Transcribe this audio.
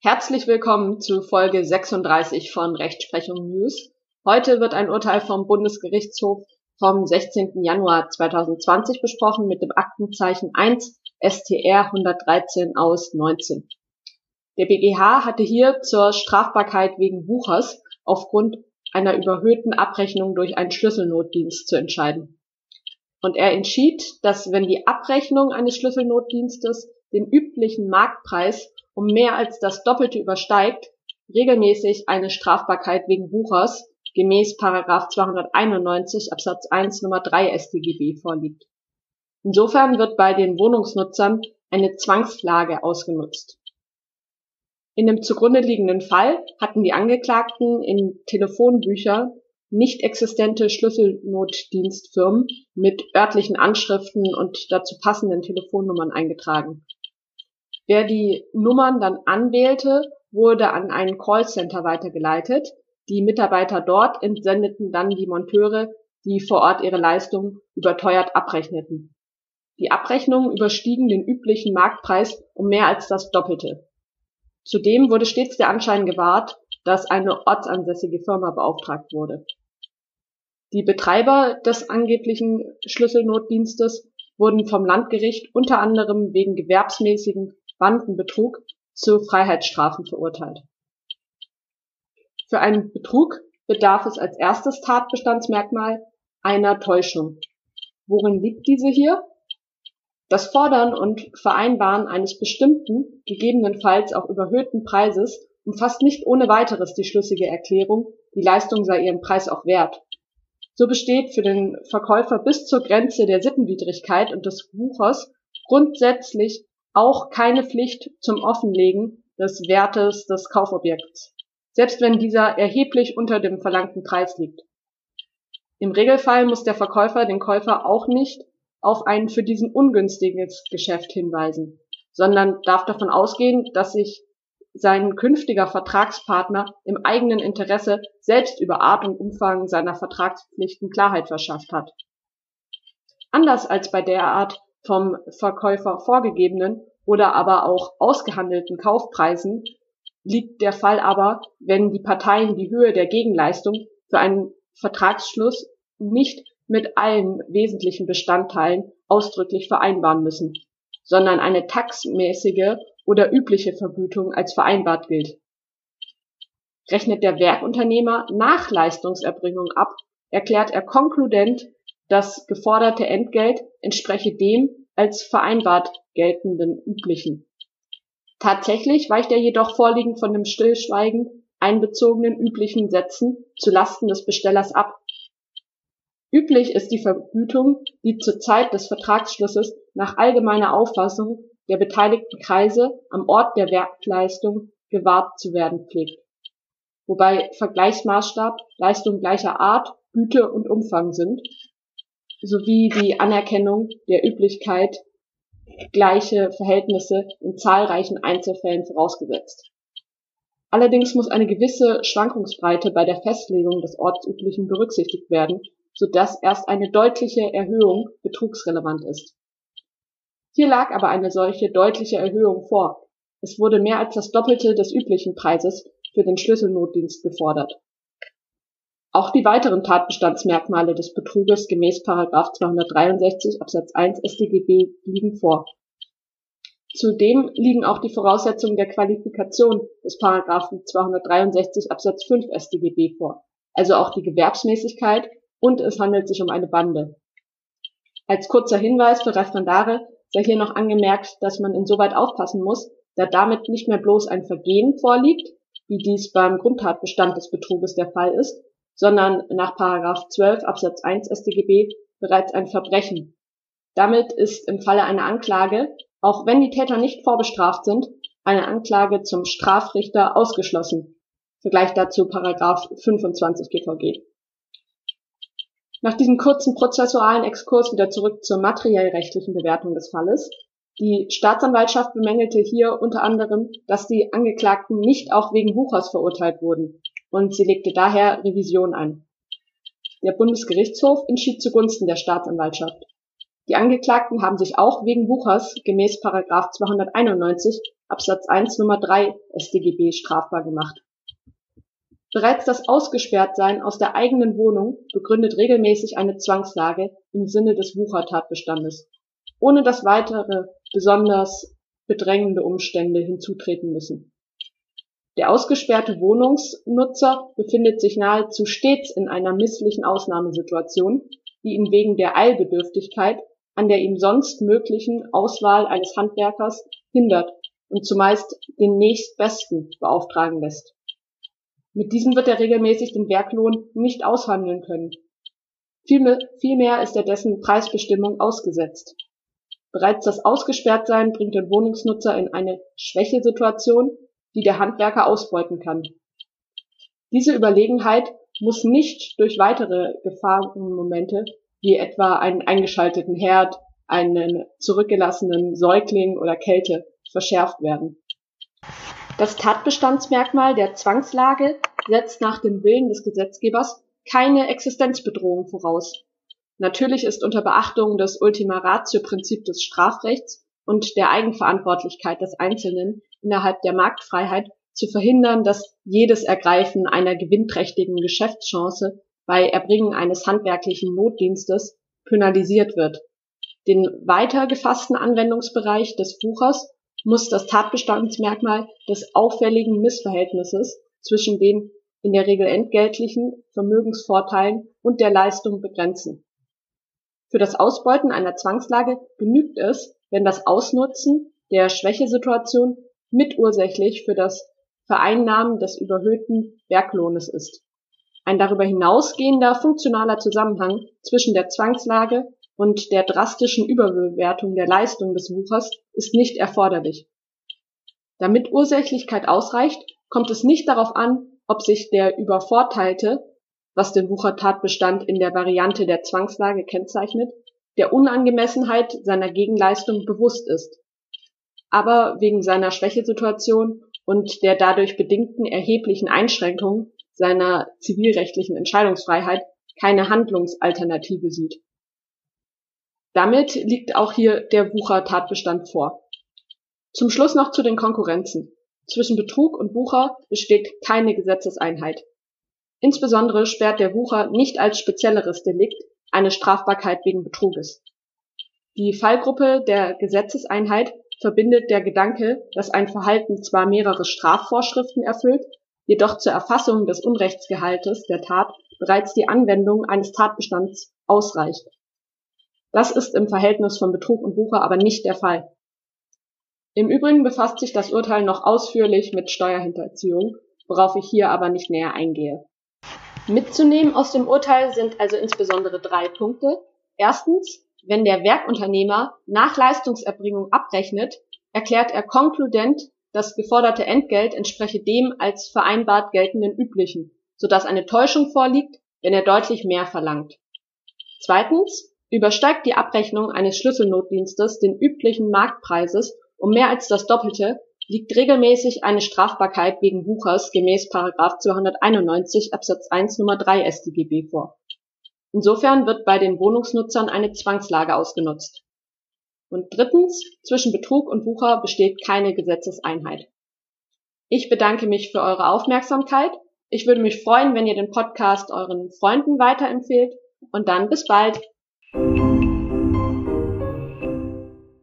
Herzlich willkommen zu Folge 36 von Rechtsprechung News. Heute wird ein Urteil vom Bundesgerichtshof vom 16. Januar 2020 besprochen mit dem Aktenzeichen 1 StR 113 aus 19. Der BGH hatte hier zur Strafbarkeit wegen Wuchers aufgrund einer überhöhten Abrechnung durch einen Schlüsselnotdienst zu entscheiden. Und er entschied, dass wenn die Abrechnung eines Schlüsselnotdienstes den üblichen Marktpreis um mehr als das Doppelte übersteigt, regelmäßig eine Strafbarkeit wegen Wuchers gemäß § 291 Absatz 1 Nummer 3 StGB vorliegt. Insofern wird bei den Wohnungsnutzern eine Zwangslage ausgenutzt. In dem zugrunde liegenden Fall hatten die Angeklagten in Telefonbücher nicht existente Schlüsselnotdienstfirmen mit örtlichen Anschriften und dazu passenden Telefonnummern eingetragen. Wer die Nummern dann anwählte, wurde an ein Callcenter weitergeleitet. Die Mitarbeiter dort entsendeten dann die Monteure, die vor Ort ihre Leistung überteuert abrechneten. Die Abrechnungen überstiegen den üblichen Marktpreis um mehr als das Doppelte. Zudem wurde stets der Anschein gewahrt, dass eine ortsansässige Firma beauftragt wurde. Die Betreiber des angeblichen Schlüsselnotdienstes wurden vom Landgericht unter anderem wegen gewerbsmäßigen Bandenbetrug zu Freiheitsstrafen verurteilt. Für einen Betrug bedarf es als erstes Tatbestandsmerkmal einer Täuschung. Worin liegt diese hier? Das Fordern und Vereinbaren eines bestimmten, gegebenenfalls auch überhöhten Preises umfasst nicht ohne weiteres die schlüssige Erklärung, die Leistung sei ihren Preis auch wert. So besteht für den Verkäufer bis zur Grenze der Sittenwidrigkeit und des Wuchers grundsätzlich auch keine Pflicht zum Offenlegen des Wertes des Kaufobjekts, selbst wenn dieser erheblich unter dem verlangten Preis liegt. Im Regelfall muss der Verkäufer den Käufer auch nicht auf ein für diesen ungünstiges Geschäft hinweisen, sondern darf davon ausgehen, dass sich sein künftiger Vertragspartner im eigenen Interesse selbst über Art und Umfang seiner Vertragspflichten Klarheit verschafft hat. Anders als bei derart vom Verkäufer vorgegebenen oder aber auch ausgehandelten Kaufpreisen liegt der Fall aber, wenn die Parteien die Höhe der Gegenleistung für einen Vertragsschluss nicht mit allen wesentlichen Bestandteilen ausdrücklich vereinbaren müssen, sondern eine taxmäßige oder übliche Vergütung als vereinbart gilt. Rechnet der Werkunternehmer nach Leistungserbringung ab, erklärt er konkludent, das geforderte Entgelt entspreche dem als vereinbart geltenden üblichen. Tatsächlich weicht er jedoch vorliegend von dem stillschweigend einbezogenen üblichen Sätzen zu Lasten des Bestellers ab. Üblich ist die Vergütung, die zur Zeit des Vertragsschlusses nach allgemeiner Auffassung der beteiligten Kreise am Ort der Werkleistung gewahrt zu werden pflegt, wobei Vergleichsmaßstab Leistung gleicher Art, Güte und Umfang sind, sowie die Anerkennung der Üblichkeit gleiche Verhältnisse in zahlreichen Einzelfällen vorausgesetzt. Allerdings muss eine gewisse Schwankungsbreite bei der Festlegung des Ortsüblichen berücksichtigt werden, sodass erst eine deutliche Erhöhung betrugsrelevant ist. Hier lag aber eine solche deutliche Erhöhung vor. Es wurde mehr als das Doppelte des üblichen Preises für den Schlüsselnotdienst gefordert. Auch die weiteren Tatbestandsmerkmale des Betruges gemäß § 263 Absatz 1 StGB liegen vor. Zudem liegen auch die Voraussetzungen der Qualifikation des § 263 Absatz 5 StGB vor, also auch die Gewerbsmäßigkeit, und es handelt sich um eine Bande. Als kurzer Hinweis für Referendare sei hier noch angemerkt, dass man insoweit aufpassen muss, da damit nicht mehr bloß ein Vergehen vorliegt, wie dies beim Grundtatbestand des Betruges der Fall ist, sondern nach § 12 Absatz 1 StGB bereits ein Verbrechen. Damit ist im Falle einer Anklage, auch wenn die Täter nicht vorbestraft sind, eine Anklage zum Strafrichter ausgeschlossen. Vergleich dazu § 25 GVG. Nach diesem kurzen prozessualen Exkurs wieder zurück zur materiell-rechtlichen Bewertung des Falles. Die Staatsanwaltschaft bemängelte hier unter anderem, dass die Angeklagten nicht auch wegen Wuchers verurteilt wurden, und sie legte daher Revision ein. Der Bundesgerichtshof entschied zugunsten der Staatsanwaltschaft. Die Angeklagten haben sich auch wegen Wuchers gemäß § 291 Absatz 1 Nummer 3 StGB strafbar gemacht. Bereits das Ausgesperrtsein aus der eigenen Wohnung begründet regelmäßig eine Zwangslage im Sinne des Wuchertatbestandes, ohne dass weitere besonders bedrängende Umstände hinzutreten müssen. Der ausgesperrte Wohnungsnutzer befindet sich nahezu stets in einer misslichen Ausnahmesituation, die ihn wegen der Eilbedürftigkeit an der ihm sonst möglichen Auswahl eines Handwerkers hindert und zumeist den nächstbesten beauftragen lässt. Mit diesem wird er regelmäßig den Werklohn nicht aushandeln können. Vielmehr ist er dessen Preisbestimmung ausgesetzt. Bereits das Ausgesperrtsein bringt den Wohnungsnutzer in eine Schwächesituation, die der Handwerker ausbeuten kann. Diese Überlegenheit muss nicht durch weitere Gefahrenmomente, wie etwa einen eingeschalteten Herd, einen zurückgelassenen Säugling oder Kälte, verschärft werden. Das Tatbestandsmerkmal der Zwangslage setzt nach dem Willen des Gesetzgebers keine Existenzbedrohung voraus. Natürlich ist unter Beachtung des Ultima-Ratio-Prinzips des Strafrechts und der Eigenverantwortlichkeit des Einzelnen innerhalb der Marktfreiheit zu verhindern, dass jedes Ergreifen einer gewinnträchtigen Geschäftschance bei Erbringen eines handwerklichen Notdienstes penalisiert wird. Den weiter gefassten Anwendungsbereich des Wuchers muss das Tatbestandsmerkmal des auffälligen Missverhältnisses zwischen den in der Regel entgeltlichen Vermögensvorteilen und der Leistung begrenzen. Für das Ausbeuten einer Zwangslage genügt es, wenn das Ausnutzen der Schwächesituation mitursächlich für das Vereinnahmen des überhöhten Werklohnes ist. Ein darüber hinausgehender funktionaler Zusammenhang zwischen der Zwangslage und der drastischen Überbewertung der Leistung des Wuchers ist nicht erforderlich. Da Mitursächlichkeit ausreicht, kommt es nicht darauf an, ob sich der Übervorteilte, was den Wuchertatbestand in der Variante der Zwangslage kennzeichnet, der Unangemessenheit seiner Gegenleistung bewusst ist, aber wegen seiner Schwächesituation und der dadurch bedingten erheblichen Einschränkungen seiner zivilrechtlichen Entscheidungsfreiheit keine Handlungsalternative sieht. Damit liegt auch hier der Wuchertatbestand vor. Zum Schluss noch zu den Konkurrenzen. Zwischen Betrug und Wucher besteht keine Gesetzeseinheit. Insbesondere sperrt der Wucher nicht als spezielleres Delikt eine Strafbarkeit wegen Betruges. Die Fallgruppe der Gesetzeseinheit verbindet der Gedanke, dass ein Verhalten zwar mehrere Strafvorschriften erfüllt, jedoch zur Erfassung des Unrechtsgehaltes der Tat bereits die Anwendung eines Tatbestands ausreicht. Das ist im Verhältnis von Betrug und Wucher aber nicht der Fall. Im Übrigen befasst sich das Urteil noch ausführlich mit Steuerhinterziehung, worauf ich hier aber nicht näher eingehe. Mitzunehmen aus dem Urteil sind also insbesondere 3 Punkte. Erstens, wenn der Werkunternehmer nach Leistungserbringung abrechnet, erklärt er konkludent, das geforderte Entgelt entspreche dem als vereinbart geltenden üblichen, sodass eine Täuschung vorliegt, wenn er deutlich mehr verlangt. Zweitens, übersteigt die Abrechnung eines Schlüsselnotdienstes den üblichen Marktpreises um mehr als das Doppelte, liegt regelmäßig eine Strafbarkeit wegen Wuchers gemäß § 291 Absatz 1 Nummer 3 StGB vor. Insofern wird bei den Wohnungsnutzern eine Zwangslage ausgenutzt. Und drittens, zwischen Betrug und Wucher besteht keine Gesetzeseinheit. Ich bedanke mich für eure Aufmerksamkeit. Ich würde mich freuen, wenn ihr den Podcast euren Freunden weiterempfehlt. Und dann bis bald.